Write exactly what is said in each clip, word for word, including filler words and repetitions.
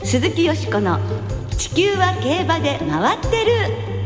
鈴木よしこの地球は競馬で回ってる。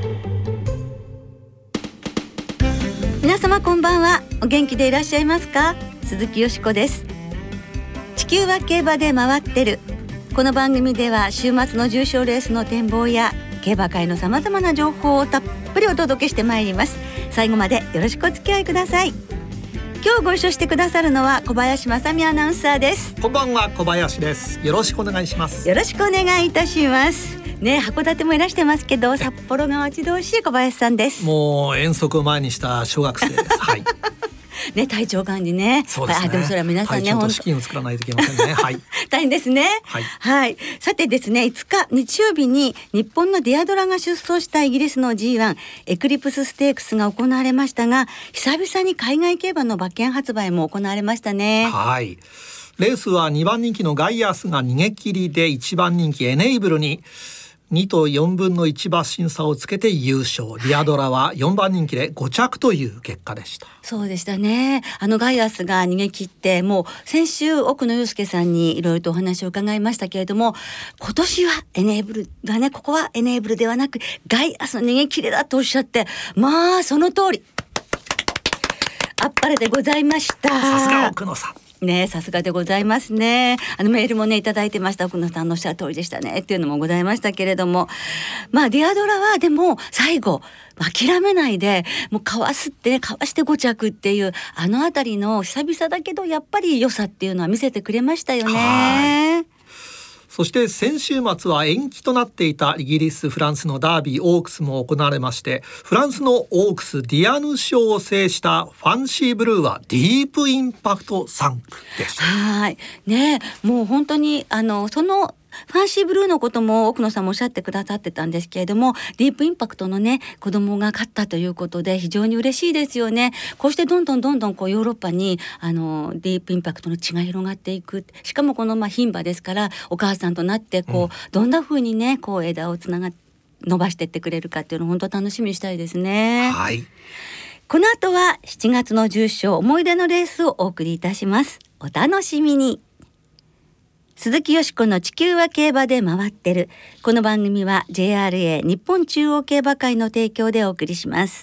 皆様こんばんは。お元気でいらっしゃいますか？鈴木よしこです。地球は競馬で回ってる。この番組では週末の重賞レースの展望や競馬界のさまざまな情報をたっぷりお届けしてまいります。最後までよろしくお付き合いください。今日ご一緒してくださるのは小林正美アナウンサーです。 こんばんは、小林です。よろしくお願いします。 よろしくお願いいたしますね。函館もいらしてますけど、札幌が待ち遠しい小林さんです。 もう遠足を前にした小学生です。はいね、体調管理ね。 そうですね。 あ、でもそれは皆さんね、 はい、ちょっと資金を作らないといけませんね。はい。 大変ですね。 はい。 はい。さてですね、いつか日曜日に日本のディアドラが出走したイギリスの ジーワン エクリプスステークスが行われましたが、久々に海外競馬の馬券発売も行われましたね。 はい。レースはにばん人気のガイアスが逃げ切りで、いちばん人気エネイブルににとよんぶんのいち馬身差をつけて優勝。ディアドラはよんばん人気でご着という結果でした。 そうでしたね。あのガイアスが逃げ切って、もう先週奥野祐介さんにいろいろとお話を伺いましたけれども、今年はエネーブルがね、ここはエネーブルではなくガイアスの逃げ切りだとおっしゃって、まあその通りあっぱれでございました。 さすが奥野さんね、さすがでございますね。あのメールもねいただいてました。奥野さんのおっしゃる通りでしたねっていうのもございましたけれども、まあディアドラはでも最後諦めないでもうかわすってね、かわしてご着っていうあのあたりの久々だけどやっぱり良さっていうのは見せてくれましたよね。 そして先週末は延期となっていたイギリス、フランスのダービーオークスも行われまして、フランスのオークスディアヌ賞を制したファンシーブルーはディープインパクトさん区でした。 はいね、もう本当にあのそのファンシーブルーのことも奥野さんもおっしゃってくださってたんですけれども、ディープインパクトのね子供が勝ったということで非常に嬉しいですよね。こうしてどんどんどんどんこうヨーロッパにあのディープインパクトの血が広がっていく。しかもこのまあ牝馬ですからお母さんとなってこう、うん、どんな風にねこう枝をつなが伸ばしていってくれるかっていうのを本当楽しみにしたいですね。 はい。 この後はしちがつの重賞思い出のレースをお送りいたします。お楽しみに。鈴木よしこの地球は競馬で回ってる。この番組は ジェイアールエー 日本中央競馬会の提供でお送りします。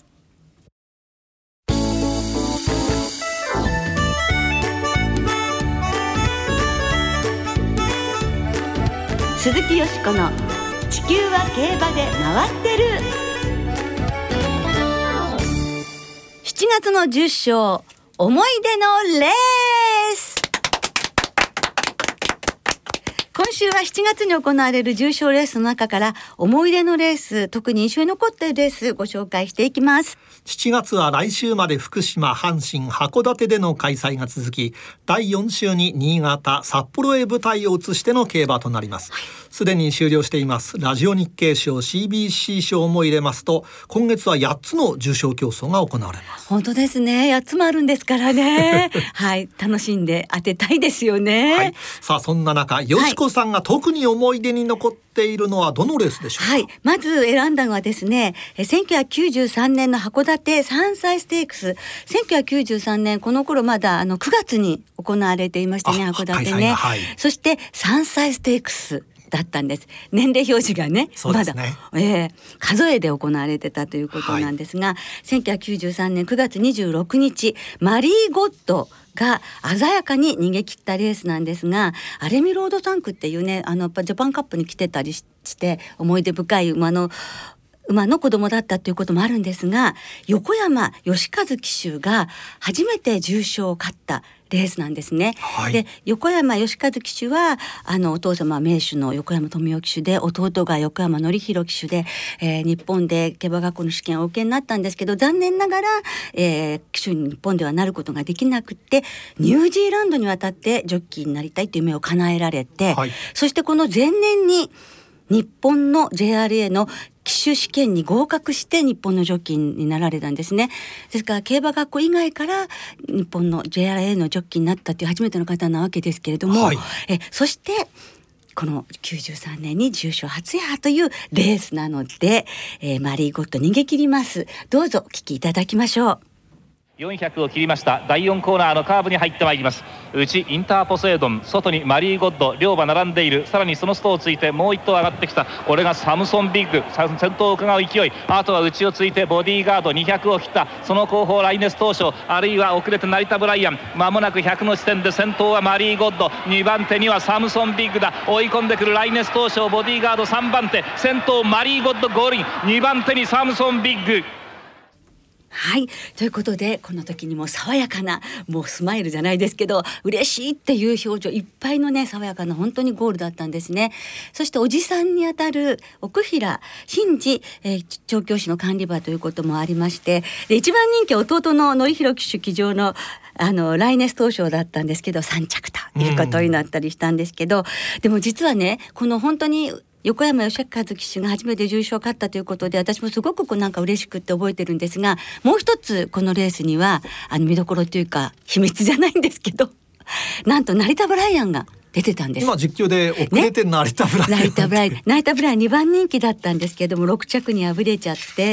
鈴木よしこの地球は競馬で回ってる。しちがつの重賞思い出のレース。今週はしちがつに行われる重賞レースの中から思い出のレース、特に印象に残っているレースご紹介していきます。 しちがつは来週まで福島、阪神、函館での開催が続き、だいよん週に新潟、札幌へ舞台を移しての競馬となります。すでに終了していますラジオ日経賞、 シービーシー 賞も入れますと、今月はやっつの重賞競争が行われます。 本当ですね、やっつもあるんですからねはい、楽しんで当てたいですよね、はい、 さあそんな中、よしこさんが特に思い出に残っているのはどのレースでしょうか？ はい、まず選んだのはですね、せんきゅうひゃくきゅうじゅうさんねんの函館さんさいステークス。せんきゅうひゃくきゅうじゅうさんねん、この頃まだあのくがつに行われていましたね、函館ね、はい、そしてさんさいステークスだったんです。年齢表示がね、 そうですね、 まだ、えー、数えで行われてたということなんですが、はい、せんきゅうひゃくきゅうじゅうさんねんくがつにじゅうろくにち、マリーゴッドが鮮やかに逃げ切ったレースなんですが、アレミロードさん区っていうね、あのジャパンカップに来てたりして思い出深い馬の馬の子供だったということもあるんですが、横山義和騎手が初めて重賞を勝ったレースなんですね、はい、で横山義和騎手はあのお父様は名手の横山富雄騎手で、弟が横山典弘騎手で、えー、日本で競馬学校の試験をお受けになったんですけど、残念ながら、えー、騎手に日本ではなることができなくて、ニュージーランドに渡ってジョッキーになりたいという夢を叶えられて、はい、そしてこの前年に日本の ジェイアールエー の騎手試験に合格して日本のジョッキーになられたんですね。ですから競馬学校以外から日本の ジェイアールエー のジョッキーになったという初めての方なわけですけれども、はい、えそしてこのきゅうじゅうさんねんに重賞初やというレースなので、えー、マリーゴッド逃げ切ります。どうぞお聞きいただきましょう。 よんひゃくを切りました。だいよんコーナーのカーブに入ってまいります。内インターポセイドン、外にマリーゴッド、両馬並んでいる。さらにそのストをついてもう一頭上がってきた。これがサムソンビッグ、先頭を伺う勢い。あとは内をついてボディーガード、にひゃくを切った。その後方ライネス当初、あるいは遅れて成田ブライアン。まもなくひゃくの地点で先頭はマリーゴッド、にばん手にはサムソンビッグだ。追い込んでくるライネス当初、ボディーガードさんばん手、先頭マリーゴッドゴールイン、にばん手にサムソンビッグ。 はい、ということでこの時にも爽やかなもうスマイルじゃないですけど嬉しいっていう表情いっぱいのね爽やかな本当にゴールだったんですね。そしておじさんにあたる奥平真二、えー、調教師の管理馬ということもありまして、で一番人気弟の典弘騎手騎乗のあのライネス東証だったんですけどさん着ということになったりしたんですけど、うん、でも実はねこの本当に横山義和騎手が初めて重賞を勝ったということで私もすごくこうなんか嬉しくって覚えてるんですが、もう一つこのレースにはあの見どころというか秘密じゃないんですけどなんと成田ブライアンが出てたんです。 今実況で遅れて成田ブライアン、 ね、成田ブライアン成田ブライアンにばん人気だったんですけどもろく着に敗れちゃって、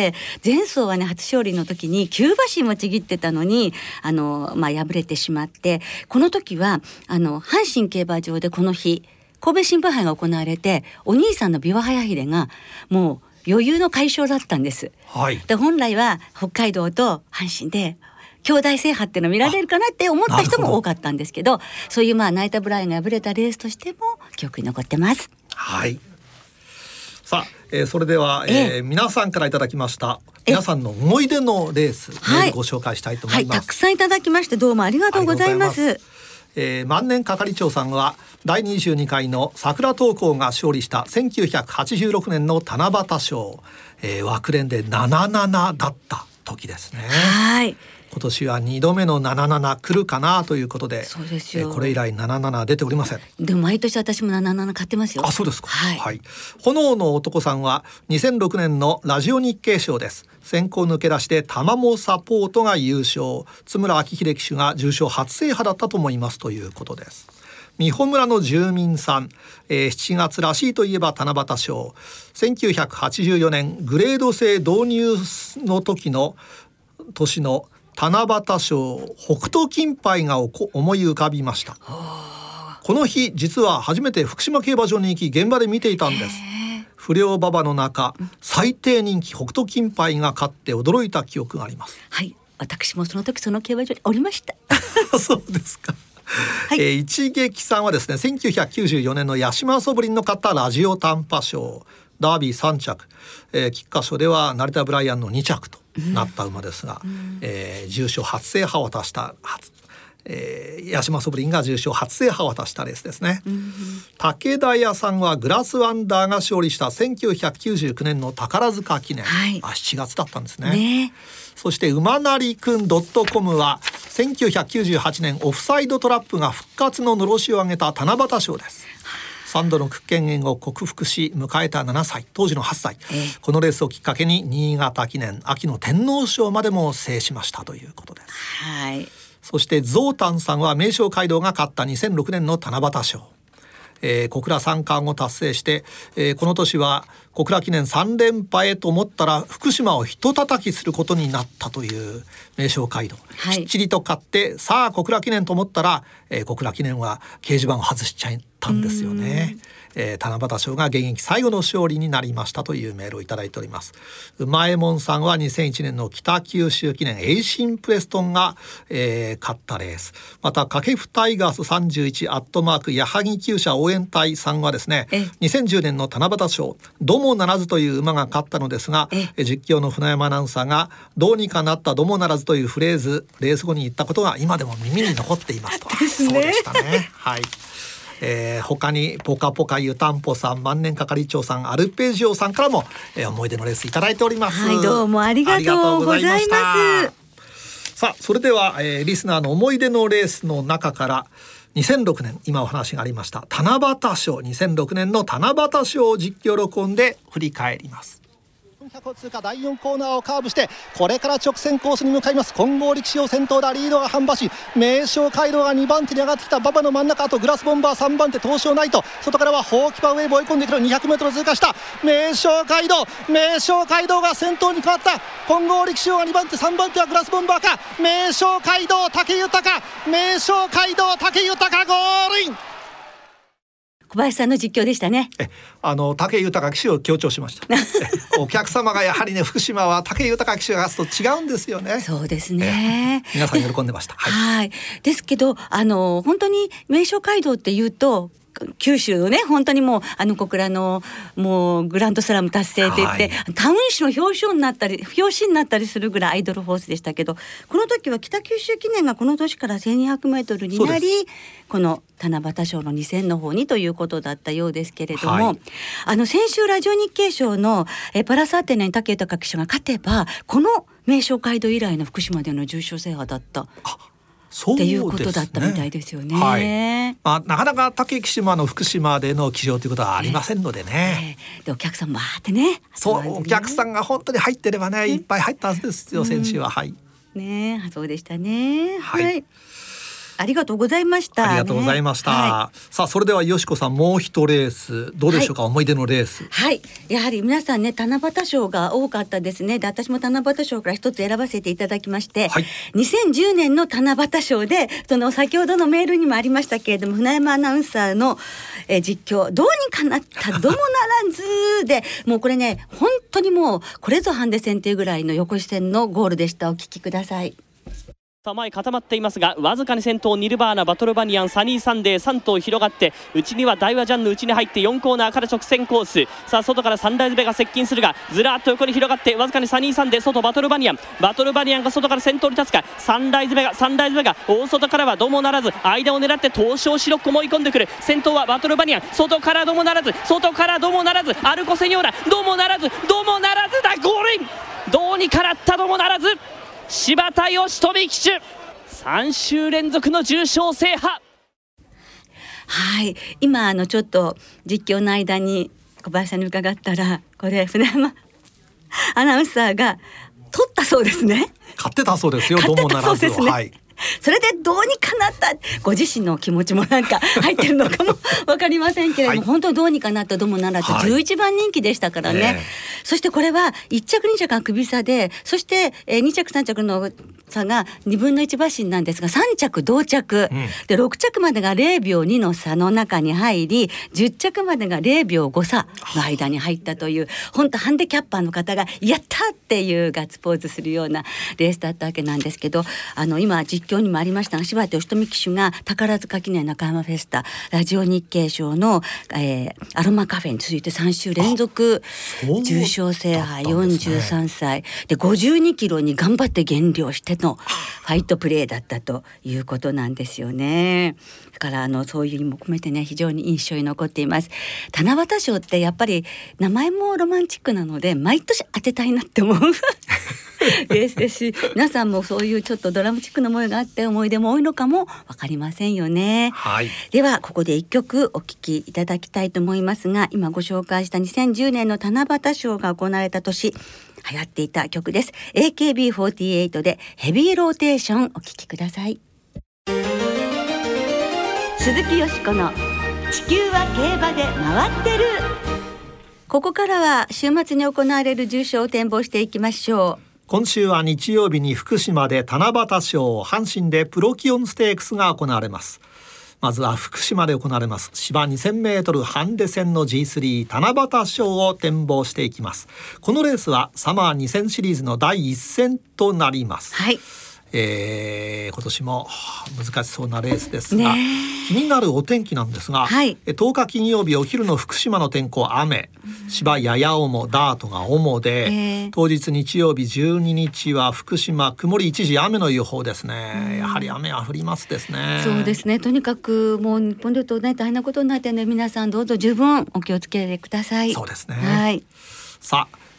前走はね初勝利の時にきゅう馬身もちぎってたのにあの、まあ、敗れてしまって、この時はあの阪神競馬場でこの日神戸新聞杯が行われてお兄さんの琵琶早秀がもう余裕の快勝だったんです、 はい、 で本来は北海道と阪神で兄弟制覇っていうの見られるかなって思った人も多かったんですけど、そういうまあナイタブライアンが敗れたレースとしても記憶に残ってます。 はい、さあ、えー、それでは、えー、皆さんからいただきました皆さんの思い出のレース、はい、ご紹介したいと思います、 はい、たくさんいただきましてどうもありがとうございます。 えー、万年係長さんはだいにじゅうにかいの桜東高が勝利したせんきゅうひゃくはちじゅうろくねんの七夕賞、えー、枠連でななななだった時ですね。 はい、 今年はにどめのなななな来るかなということで、 そうですよ、 えー、これ以来なななな出ておりません。 でも毎年私もなななな買ってますよ。 あ、そうですか。 はい、 はい、炎の男さんはにせんろくねんのラジオ日経賞です。先行抜け出してタマモサポートが優勝、津村明秀騎手が重賞初制覇だったと思いますということです。美穂村の住民さん、えー、しちがつらしいといえば七夕賞、せんきゅうひゃくはちじゅうよねんグレード制導入の時の年の七夕賞北斗金杯が思い浮かびました。この日実は初めて福島競馬場に行き現場で見ていたんです。不良馬場の中、最低人気北斗金杯が勝って驚いた記憶があります。 はい、私もその時その競馬場におりましたそうですか。 はい、 えー、一撃さんはですねせんきゅうひゃくきゅうじゅうよねんの八島ソブリンの勝ったラジオ短波賞ダービーさん着、えー、菊花賞では成田ブライアンのに着となった馬ですが、うん、えー、重賞初制覇を渡した初えー、八島ソブリンが重賞初制覇を渡したレースですね、うん、武田屋さんはグラスワンダーが勝利したせんきゅうひゃくきゅうじゅうきゅうねんの宝塚記念、はい、あしちがつだったんですね。ね、そして馬なりくん .com はせんきゅうひゃくきゅうじゅうはちねんオフサイドトラップが復活ののろしを上げた七夕賞です。さんどの屈腱炎を克服し迎えたななさい、当時のはっさい、えー、このレースをきっかけに新潟記念秋の天皇賞までも制しましたということです。 はい、 そしてゾウタンさんは名将街道が勝ったにせんろくねんの七夕賞、えー、小倉三冠を達成して、えー、この年は小倉記念さん連覇へと思ったら福島をひと叩きすることになったという名将街道、はい、きっちりと勝ってさあ小倉記念と思ったら、えー、小倉記念は掲示板を外しちゃったんですよね。えー、七夕賞が現役最後の勝利になりましたというメールをいただいております。馬右衛門さんはにせんいちねんの北九州記念エイシンプレストンが、えー、勝ったレース、また掛布タイガースさんじゅういちアットマーク矢作厩舎応援隊さんはですねにせんじゅうねんの七夕賞どもならずという馬が勝ったのですが、え実況の船山アナウンサーがどうにかなったどもならずというフレーズレース後に言ったことが今でも耳に残っていますとですね。 そうでしたね。はい、えー、他にポカポカ湯たんぽさん、万年係長さん、アルペジオさんからも、えー、思い出のレースいただいております。 はい、どうもありがとうございます。 さあそれでは、えー、リスナーの思い出のレースの中からにせんろくねん今お話がありました七夕賞にせんろくねんの七夕賞を実況録音で振り返ります。 着を通過、だいよんコーナーをカーブしてこれから直線コースに向かいます。金剛力士を先頭だ。リードが半橋、名将街道がにばん手に上がってきた。馬場の真ん中、あとグラスボンバーさんばん手、東証ナイト、外からはホーキパーウェーブ追い込んでくる。 にひゃくメートル 通過した。名将街道名将街道が先頭に変わった。金剛力士がにばん手、さんばん手はグラスボンバーか。名将街道武豊、名将街道武豊ゴールイン。 小林さんの実況でしたね。 えあの武豊騎手を強調しましたお客様がやはりね、福島は武豊騎手が勝つと違うんですよね。 そうですね、 え皆さん喜んでました。はい、 はいですけど、あの本当に名将街道っていうと九州のね、本当にもうあの小倉のもうグランドスラム達成って言って、はい、タウン誌の表彰になったり表紙になったりするぐらいアイドルホースでしたけど、この時は北九州記念がこの年から せんにひゃくメートル になり、この七夕賞のにせんの方にということだったようですけれども、はい、あの先週ラジオ日経賞のえパラサーテネに武豊騎手が勝てば、この名将街道以来の福島での重賞制覇だったっていうことだったみたいですよね。はい、 まあ、なかなか武騎手もあの福島での騎乗ということはありませんのでね。 えー、でお客さんもあってね。 そう、お客さんが本当に入ってればね、いっぱい入ったはずですよ、先週は。はい。 ね、そうでしたね。 はい。はい、 ありがとうございました、 ありがとうございました。ね、はい、さあそれではよしこさん、もう一レースどうでしょうか。はい、思い出のレース。 はい、やはり皆さんね、七夕賞が多かったですね。で私も七夕賞から一つ選ばせていただきまして、はい、にせんじゅうねんの七夕賞で、その先ほどのメールにもありましたけれども、船山アナウンサーの、えー、実況どうにかなったどもならずでもうこれね、本当にもうこれぞハンデ戦っていうぐらいの横視線のゴールでした。お聞きください。 前固まっていますが、わずかに先頭ニルバーナ、バトルバニアン、サニーサンデーさん頭広がって、内にはダイワジャンの内に入ってよんコーナーから直線コース。さあ外からサンライズベが接近するが、ずらっと横に広がって、わずかにサニーサンデー外、バトルバニアンバトルバニアンが外から先頭に立つか。サンライズベがサンライズベが大外からはどうもならず、間を狙って東証シロッコも追い込んでくる。先頭はバトルバニアン、外からどうもならず、外からどうもならず、アルコセニョーラどうもならず、どうもならずだ、ゴールイン。どうにかなったどうもならず、柴田義富騎手さん週連続の重賞制覇。 はい、今あのちょっと実況の間に小林さんに伺ったら、これ船山アナウンサーが取ったそうですね。 勝ってたそうですよ。どうもならず、ね、はい。 それでどうにかなった、ご自身の気持ちもなんか入ってるのかも分かりませんけれども、はい、本当にどうにかなったどうもならず、じゅういちばん人気でしたからね。はい、そしてこれはいっ着に着が首差で、そして、えー、に着さん着の差がにぶんのいち馬身なんですが、さん着同着、うん、でろく着までがれいびょうにの差の中に入り、じゅっ着までがれいびょうご差の間に入ったという、本当ハンデキャッパーの方がやったっていうガッツポーズするようなレースだったわけなんですけど、あの今実今日にもありましたが、柴田義富騎手が宝塚記念中山フェスタラジオ日経賞の、えー、アロマカフェに続いてさん週連続重賞制覇、ね、よんじゅうさんさいでごじゅうにキロに頑張って減量してのファイトプレーだったということなんですよね。だからあのそういう意味も込めてね、非常に印象に残っています。七夕賞ってやっぱり名前もロマンチックなので、毎年当てたいなって思うレースですし、皆さんもそういうちょっとドラマチックな思いがあって思い出も多いのかも分かりませんよね。 はい、 ではここでいっきょくお聴きいただきたいと思いますが、今ご紹介したにせんじゅうねんの七夕賞が行われた年流行っていた曲です。 エーケービーフォーティーエイト でヘビーローテーション、お聴きください。鈴木よしこの地球は競馬で回ってる。ここからは週末に行われる重賞を展望していきましょう。 今週は日曜日に福島で七夕賞、阪神でプロキオンステークスが行われます。まずは福島で行われます芝 にせんメートル ハンデ戦の ジースリー 七夕賞を展望していきます。このレースはサマーにせんシリーズのだいいっ戦となります。 はい、 えー、今年も難しそうなレースですが、ね、気になるお天気なんですが、はい、とおか金曜日お昼の福島の天候雨、芝やや重、ダートが主で、えー、当日日曜日じゅうににちは福島曇り一時雨の予報ですね。やはり雨は降りますですね。 そうですね、とにかくもう日本列島ね、大変なことになっているので、皆さんどうぞ十分お気をつけてください。 そうですね。 はい、 さあ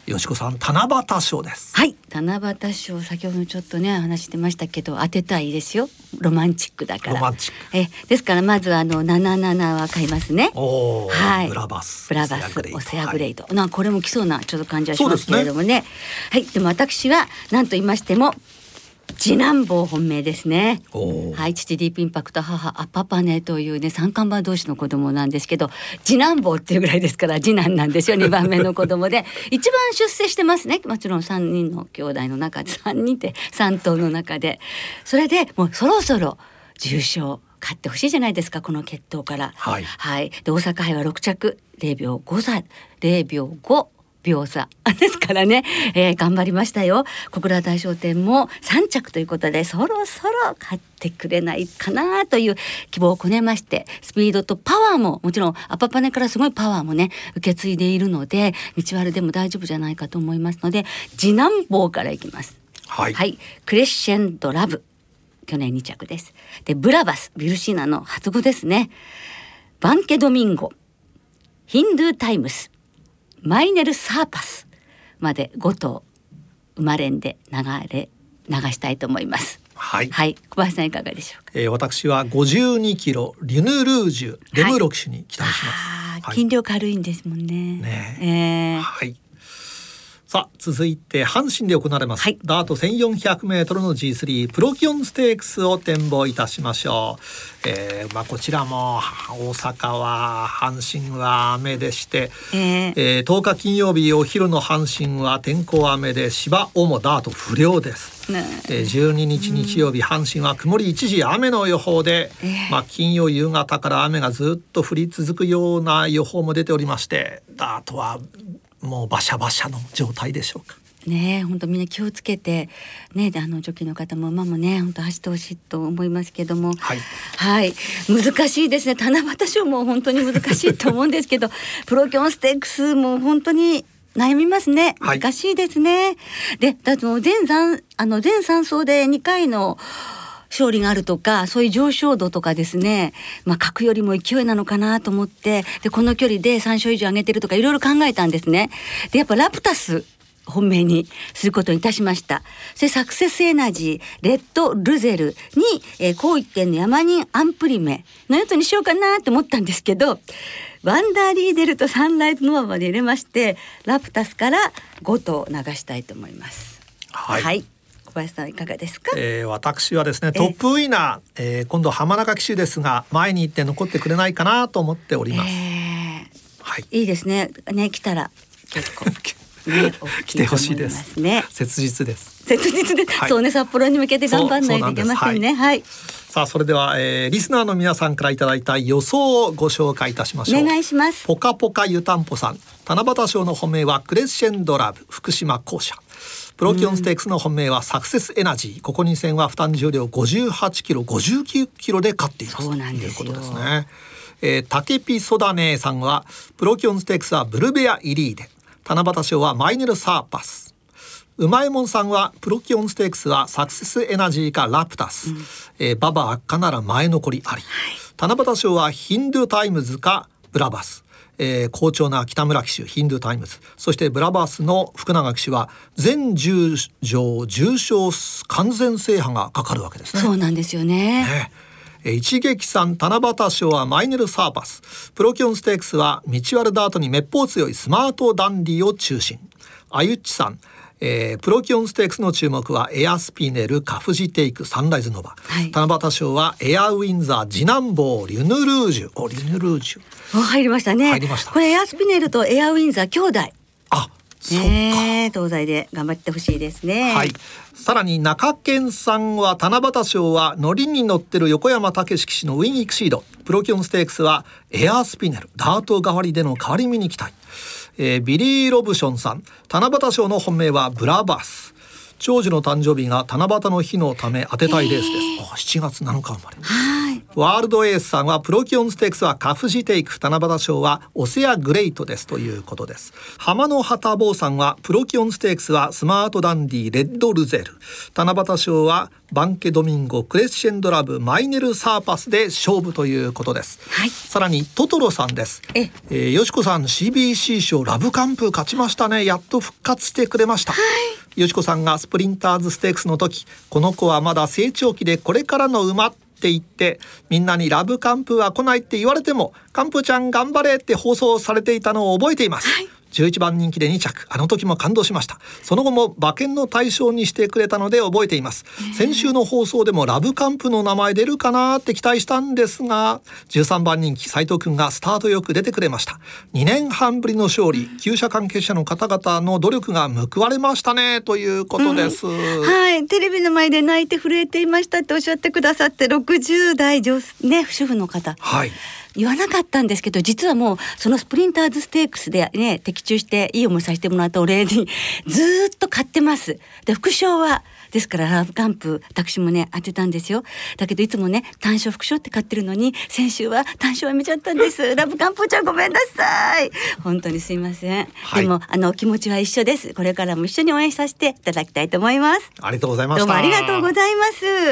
よしこさん、七夕賞です。 はい、七夕賞、先ほどちょっとね話してましたけど、当てたいですよ。ロマンチックだから。 ロマンチック。 えですからまずあのななななは買いますね。 おー、 はい、 ブラバスブラバスオセアグレイド、はい、なんかこれも来そうなちょっと感じはしますけれども ね, ねはい。でも私は何と言いましても次男坊本命ですね。はい、父ディープインパクト、母アパパネというね三冠馬同士の子供なんですけど、次男坊っていうぐらいですから次男なんですよ。にばんめの子供で一番出世してますね。もちろんさんにんの兄弟の中でさんにんってさん頭の中で、それでもうそろそろ重賞勝ってほしいじゃないですか、この決闘から。 はい、 はい、で大阪杯はろく着ゼロびょうご差ゼロびょうご秒差ですからね、えー、頑張りましたよ。小倉大商店もさん着ということで、そろそろ勝ってくれないかなという希望を込めまして、スピードとパワーももちろんアパパネからすごいパワーもね受け継いでいるので、道割れでも大丈夫じゃないかと思いますので、次男坊からいきます。 はい、 はい、クレッシェンドラブ去年に着です。でブラバスビルシーナの初語ですね。バンケドミンゴ、ヒンドゥータイムス、マイネルサーパスまでご頭生まれんで流れ流したいと思います。 はい、 はい、小林さんいかがでしょうか。 えー、私はごじゅうにキロリュヌルージュレムロ騎手に期待します。 はい、はい、筋量軽いんですもんね。 ねえー、はい。さあ続いて阪神で行われます、はい、ダートせんよんひゃくメートルの ジースリー プロキオンステークスを展望いたしましょう。えーまあ、こちらも大阪は阪神は雨でして、えーえー、とおか金曜日お昼の阪神は天候雨で芝尾もダート不良です、ねえー、じゅうににち日曜日阪神は曇り一時雨の予報で、えーまあ、金曜夕方から雨がずっと降り続くような予報も出ておりまして、ダートはもうバシャバシャの状態でしょうかね。本当みんな気をつけてね、あのジョッキーの方も馬もね本当走ってほしいと思いますけども、 はい、 はい、難しいですね。七夕賞も本当に難しいと思うんですけどプロキオンステークスも本当に悩みますね。難しいですね、はい、でだと全三あの全さん走でにかいの勝利があるとか、そういう上昇度とかですね、まあ格よりも勢いなのかなと思って、でこの距離でさん勝以上上げてるとかいろいろ考えたんですね。でやっぱラプタス本命にすることにいたしました。それサクセスエナジー、レッドルゼルに、えー、高一点のヤマニンアンプリメのやつにしようかなと思ったんですけど、ワンダーリーデルとサンライズノアまで入れまして、ラプタスからご頭流したいと思います。 はい、 はい、小林さんいかがですか。 えー、私はですねトップウィナー、えー、今度浜中騎手ですが前に行って残ってくれないかなと思っております、えーはい、 いいですね。ね来たら結構ね、 来てほしいです。切実です。 切実です、はい、そうね、札幌に向けて頑張らないといけませんね。はい、 さあそれでは、えー、リスナーの皆さんからいただいた予想をご紹介いたしましょう。 お願いします。 ポカポカ湯たんぽさん、七夕賞の本命はクレッシェンドラブ福島公社。プロキオンステークスの本命はサクセスエナジー、ここに戦は負担重量ごじゅうはちキロごじゅうきゅうキロで勝っています。 そうなんですよ。 ということですね。えー、タケピソダネさんはプロキオンステークスはブルベアイリーデ、七夕賞はマイネルサーパス。うまいもんさんはプロキオンステークスはサクセスエナジーかラプタス、うん、えー、ババ悪化なら前残りあり、はい、七夕賞はヒンドゥータイムズかブラバス、えー、好調な北村騎手ヒンドゥータイムズ、そしてブラバスの福永騎手は全十条重賞完全制覇がかかるわけですね。 そうなんですよね。 ね、一撃さん七夕賞はマイネルサーパス。プロキオンステークスは道割ダートにめっぽう強いスマートダンディを中心。あゆっちさん、えー、プロキオンステークスの注目はエアスピネル、カフジテイク、サンライズノバ、はい、七夕賞はエアウィンザー、次男坊、リュヌルージュ。おリュヌルージュ入りましたね。 入りました。 これエアスピネルとエアウィンザー兄弟。 あ、そうか、 ね、東西で頑張ってほしいですね。 はい。さらに中堅さんは七夕賞は乗りに乗ってる横山武史騎手のウィンイクシード。プロキオンステークスはエアスピネル、ダート代わりでの代わり身に期待。えー、ビリー・ロブションさん、七夕賞の本命はブラバス。長寿の誕生日が七夕の日のため当てたいレースです。あ、しちがつなのか生まれ。 はい。 ワールドエースさんはプロキオンステークスはカフジテイク、七夕賞はオセアグレイトですということです。浜の旗坊さんはプロキオンステークスはスマートダンディレッドルゼル、七夕賞はバンケドミンゴクレッシェンドラブマイネルサーパスで勝負ということです、はい、さらにトトロさんです。え、えー、よしこさん シービーシー 賞ラブカンプ勝ちましたね。やっと復活してくれました、はい、よしこさんがスプリンターズステークスの時、この子はまだ成長期でこれからの馬って言ってみんなにラブカンプは来ないって言われてもカンプちゃん頑張れって放送されていたのを覚えています、はい、じゅういちばん人気でに着、あの時も感動しました。その後も馬券の対象にしてくれたので覚えています。先週の放送でもラブカンプの名前出るかなって期待したんですが、じゅうさんばん人気斉藤くんがスタートよく出てくれました。にねんはんぶりの勝利、厩舎関係者の方々の努力が報われましたねということです、うん、 はい、テレビの前で泣いて震えていましたっておっしゃってくださって、ろくじゅう代女、ね、主婦の方、はい、言わなかったんですけど、実はもうそのスプリンターズステークスでね的中していい思いさせてもらったお礼にずーっと買ってます。で副賞はですからラブカンプ私もね当てたんですよ。だけどいつもね単勝副賞って買ってるのに先週は単勝やめちゃったんですラブカンプちゃんごめんなさい、本当にすいません、はい、でもあの気持ちは一緒です。これからも一緒に応援させていただきたいと思います。 ありがとうございました。 どうもありがとうございます。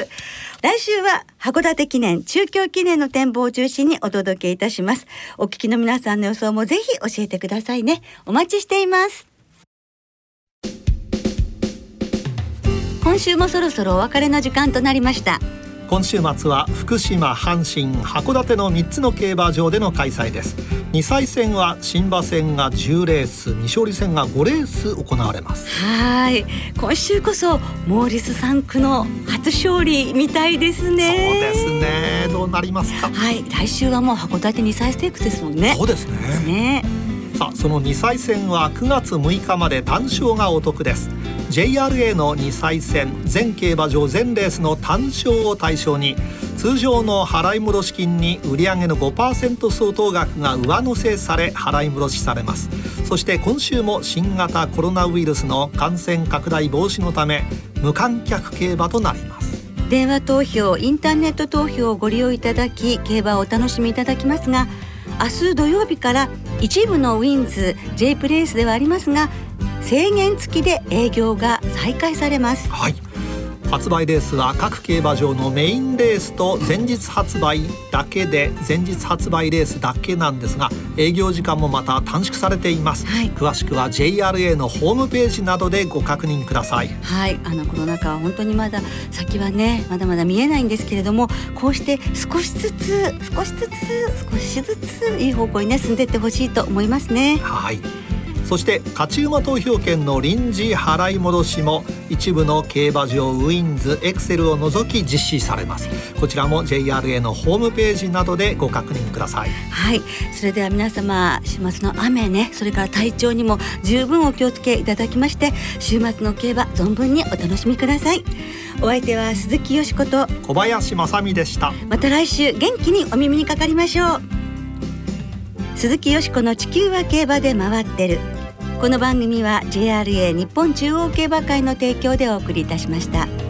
来週は函館記念、中京記念の展望を中心にお届けいたします。お聞きの皆さんの予想もぜひ教えてくださいね。お待ちしています。今週もそろそろお別れの時間となりました。 今週末は福島、阪神、函館のみっつの競馬場での開催です。にさい戦は新馬戦がじゅうレース、未勝利戦がごレース行われます。 はい、今週こそモーリスさん区の初勝利みたいですね。 そうですね、どうなりますか。 はい、来週はもう函館にさいステークスですもんね。 そうですね。 ですね。 さあそのにさい戦はくがつむいかまで単勝がお得です。 ジェイアールエー のにさい戦全競馬場全レースの単勝を対象に通常の払い戻し金に売上の ごパーセント 相当額が上乗せされ払い戻しされます。そして今週も新型コロナウイルスの感染拡大防止のため無観客競馬となります。 電話投票、インターネット投票をご利用いただき競馬をお楽しみいただきますが、明日土曜日から一部のウィンズ J プレイスではありますが制限付きで営業が再開されます。 はい、発売レースは各競馬場のメインレースと前日発売だけで前日発売レースだけなんですが営業時間もまた短縮されています、はい、詳しくは ジェイアールエー のホームページなどでご確認ください。 はい、あのコロナ禍は本当にまだ先はねまだまだ見えないんですけれども、こうして少しずつ少しずつ少しずついい方向にね進んでいってほしいと思いますね。 はい、そして勝ち馬投票券の臨時払い戻しも一部の競馬場ウィンズエクセルを除き実施されます。こちらも ジェイアールエー のホームページなどでご確認ください。 はい、それでは皆様週末の雨ね、それから体調にも十分お気をつけいただきまして週末の競馬存分にお楽しみください。お相手は鈴木よしこと小林正美でした。 また来週元気にお耳にかかりましょう。鈴木よしこの地球は競馬で回ってる。この番組は ジェイアールエー 日本中央競馬会の提供でお送りいたしました。